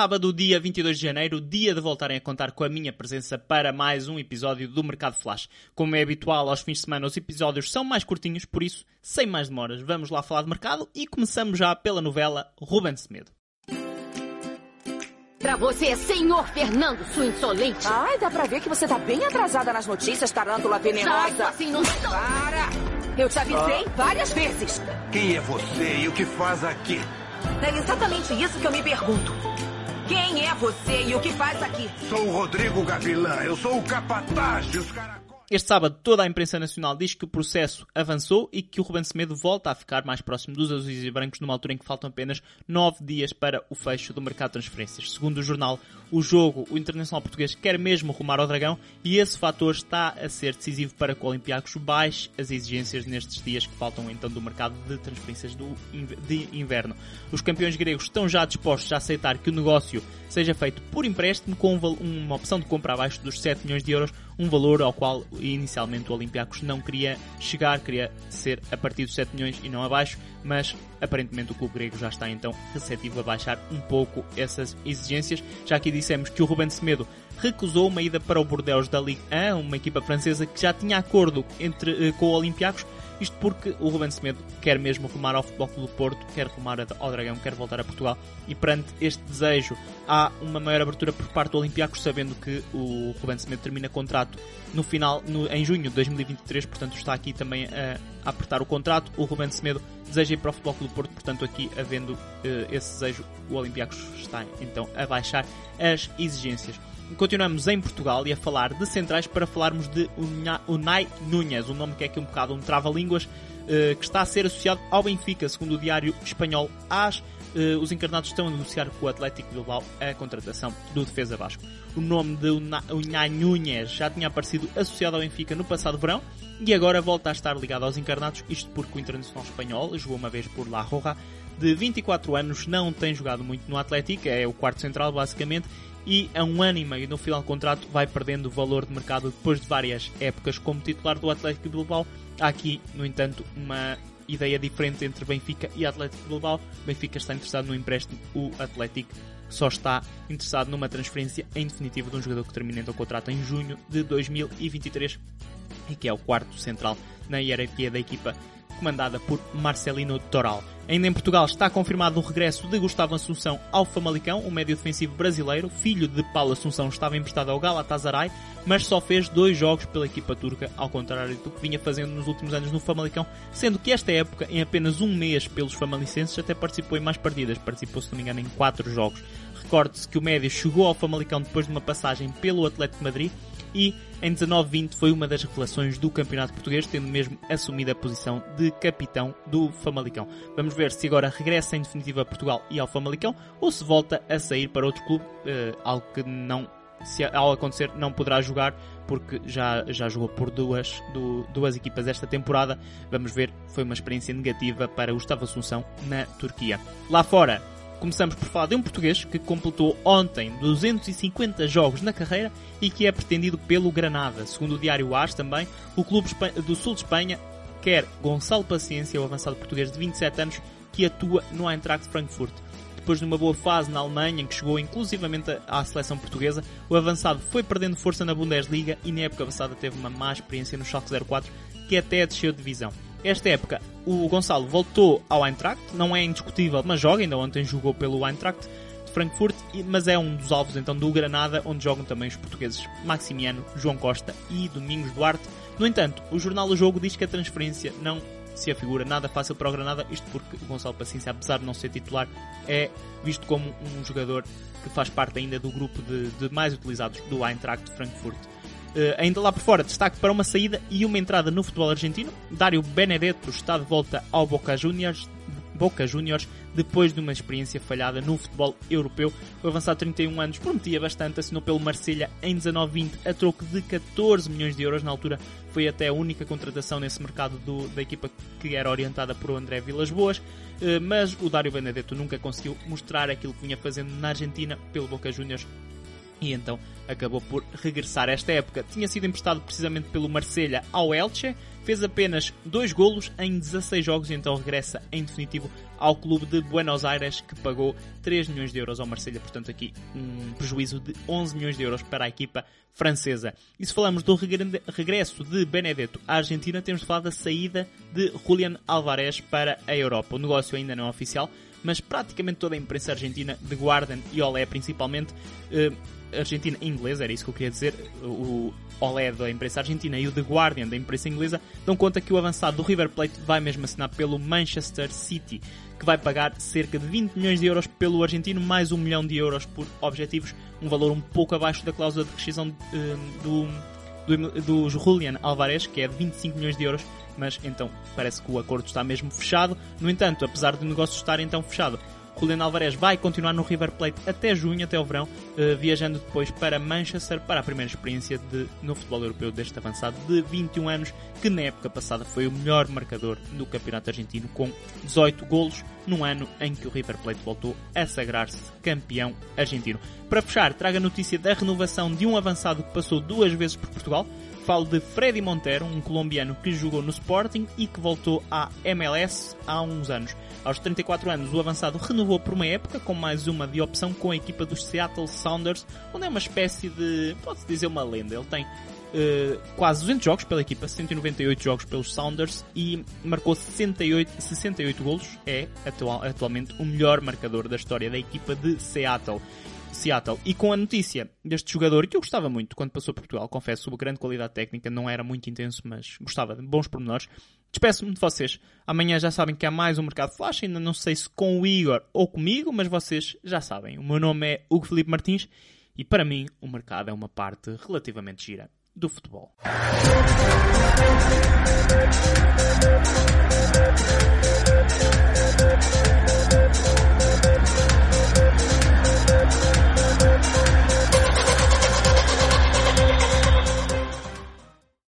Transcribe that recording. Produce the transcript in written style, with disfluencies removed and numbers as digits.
sábado, dia 22 de janeiro, dia de voltarem a contar com a minha presença para mais um episódio do Mercado Flash. Como é habitual, aos fins de semana os episódios são mais curtinhos, por isso, sem mais demoras, vamos lá falar de mercado e começamos já pela novela Ruben Semedo. Pra você, senhor Fernando, sua insolente. Ai, dá pra ver que você tá bem atrasada nas notícias, tarântula venenosa. Sai, assim, não... Para! Eu te avisei várias vezes. Quem é você e o que faz aqui? É exatamente isso que eu me pergunto. Quem é você e o que faz aqui? Sou o Rodrigo Gavilã, eu sou o capataz dos caracóis. Este sábado toda a imprensa nacional diz que o processo avançou e que o Ruben Semedo volta a ficar mais próximo dos azuis e brancos numa altura em que faltam apenas 9 dias para o fecho do mercado de transferências. Segundo o jornal O Jogo, o Internacional Português quer mesmo rumar ao Dragão e esse fator está a ser decisivo para que o Olympiacos baixe as exigências nestes dias que faltam então do mercado de transferências de inverno. Os campeões gregos estão já dispostos a aceitar que o negócio seja feito por empréstimo com uma opção de compra abaixo dos 7 milhões de euros, um valor ao qual inicialmente o Olympiacos não queria chegar, queria ser a partir dos 7 milhões e não abaixo, mas aparentemente o clube grego já está então receptivo a baixar um pouco essas exigências. Já aqui dissemos que o Ruben Semedo recusou uma ida para o Bordeaux da Ligue 1, uma equipa francesa que já tinha acordo com o Olympiacos, isto porque o Ruben Semedo quer mesmo rumar ao Futebol Clube do Porto, quer rumar ao Dragão, quer voltar a Portugal e perante este desejo há uma maior abertura por parte do Olympiacos, sabendo que o Ruben Semedo termina contrato em junho de 2023, portanto está aqui também a apertar o contrato. O Ruben Semedo deseja ir para o Futebol Clube do Porto, portanto aqui havendo esse desejo, o Olympiacos está então a baixar as exigências. Continuamos em Portugal e a falar de centrais para falarmos de Unai Núñez, um nome que é aqui um bocado um trava-línguas, que está a ser associado ao Benfica, segundo o diário espanhol AS. Os encarnados estão a negociar com o Atlético de Bilbao a contratação do defesa vasco. O nome de Unai Núñez já tinha aparecido associado ao Benfica no passado verão e agora volta a estar ligado aos encarnados, isto porque o internacional espanhol jogou uma vez por La Roja, de 24 anos, não tem jogado muito no Atlético, é o quarto central basicamente, e a 1 ano e meio no final do contrato vai perdendo valor de mercado depois de várias épocas como titular do Atlético de Bilbao. Há aqui, no entanto, uma ideia diferente entre Benfica e Atlético de Bilbao. Benfica está interessado no empréstimo, o Atlético só está interessado numa transferência em definitivo de um jogador que termina então o contrato em junho de 2023 e que é o quarto central na hierarquia da equipa comandada por Marcelino Toral. Ainda em Portugal está confirmado o regresso de Gustavo Assunção ao Famalicão, o médio defensivo brasileiro, filho de Paulo Assunção, estava emprestado ao Galatasaray, mas só fez 2 jogos pela equipa turca, ao contrário do que vinha fazendo nos últimos anos no Famalicão, sendo que esta época, em apenas um mês pelos famalicenses, até participou em mais partidas, participou, se não me engano, em 4 jogos. Recorde-se que o médio chegou ao Famalicão depois de uma passagem pelo Atlético de Madrid, e em 19-20 foi uma das revelações do campeonato português, tendo mesmo assumido a posição de capitão do Famalicão. Vamos ver se agora regressa em definitiva a Portugal e ao Famalicão ou se volta a sair para outro clube, algo que não, se ao acontecer, não poderá jogar porque já jogou por duas equipas esta temporada. Vamos ver, foi uma experiência negativa para Gustavo Assunção na Turquia. Lá fora, começamos por falar de um português que completou ontem 250 jogos na carreira e que é pretendido pelo Granada. Segundo o diário AS também, o clube do sul de Espanha quer Gonçalo Paciência, o avançado português de 27 anos, que atua no Eintracht Frankfurt. Depois de uma boa fase na Alemanha, em que chegou inclusivamente à seleção portuguesa, o avançado foi perdendo força na Bundesliga e na época passada teve uma má experiência no Schalke 04, que até desceu de divisão. Esta época, o Gonçalo voltou ao Eintracht, não é indiscutível, mas joga, ainda ontem jogou pelo Eintracht de Frankfurt, mas é um dos alvos então do Granada, onde jogam também os portugueses Maximiano, João Costa e Domingos Duarte. No entanto, o jornal O Jogo diz que a transferência não se afigura nada fácil para o Granada, isto porque o Gonçalo Paciência, apesar de não ser titular, é visto como um jogador que faz parte ainda do grupo de mais utilizados do Eintracht de Frankfurt. Ainda lá por fora, destaque para uma saída e uma entrada no futebol argentino. Dario Benedetto está de volta ao Boca Juniors depois de uma experiência falhada no futebol europeu. O avançado de 31 anos prometia bastante, assinou pelo Marselha em 19-20 a troco de 14 milhões de euros. Na altura foi até a única contratação nesse mercado da equipa que era orientada por André Vilas-Boas, mas o Dario Benedetto nunca conseguiu mostrar aquilo que vinha fazendo na Argentina pelo Boca Juniors e então acabou por regressar esta época. Tinha sido emprestado precisamente pelo Marselha ao Elche, fez apenas 2 golos em 16 jogos e então regressa em definitivo ao clube de Buenos Aires, que pagou 3 milhões de euros ao Marselha, portanto aqui um prejuízo de 11 milhões de euros para a equipa francesa. E se falamos do regresso de Benedetto à Argentina, temos de falar da saída de Julián Álvarez para a Europa. O negócio ainda não é oficial, mas praticamente toda a imprensa argentina, The Guardian e Olé principalmente, Argentina e inglesa, era isso que eu queria dizer, o Olé da imprensa argentina e o The Guardian da imprensa inglesa, dão conta que o avançado do River Plate vai mesmo assinar pelo Manchester City, que vai pagar cerca de 20 milhões de euros pelo argentino, mais 1 milhão de euros por objetivos, um valor um pouco abaixo da cláusula de rescisão do Julián Álvarez, que é de 25 milhões de euros, mas então parece que o acordo está mesmo fechado. No entanto, apesar do negócio estar então fechado, Julián Álvarez vai continuar no River Plate até junho, até o verão, viajando depois para Manchester para a primeira experiência no futebol europeu deste avançado de 21 anos, que na época passada foi o melhor marcador do campeonato argentino, com 18 golos, num ano em que o River Plate voltou a sagrar-se campeão argentino. Para fechar, trago a notícia da renovação de um avançado que passou 2 vezes por Portugal. Falo de Freddy Montero, um colombiano que jogou no Sporting e que voltou à MLS há uns anos. Aos 34 anos, o avançado renovou por uma época, com mais uma de opção com a equipa dos Seattle Sounders, onde é uma espécie de, pode-se dizer, uma lenda. Ele tem quase 200 jogos pela equipa, 198 jogos pelos Sounders e marcou 68 golos. É atualmente o melhor marcador da história da equipa de Seattle. E com a notícia deste jogador, que eu gostava muito quando passou por Portugal, confesso, a grande qualidade técnica, não era muito intenso, mas gostava de bons pormenores. Despeço-me de vocês. Amanhã já sabem que há mais um Mercado Flash, ainda não sei se com o Igor ou comigo, mas vocês já sabem. O meu nome é Hugo Filipe Martins e para mim o mercado é uma parte relativamente gira do futebol.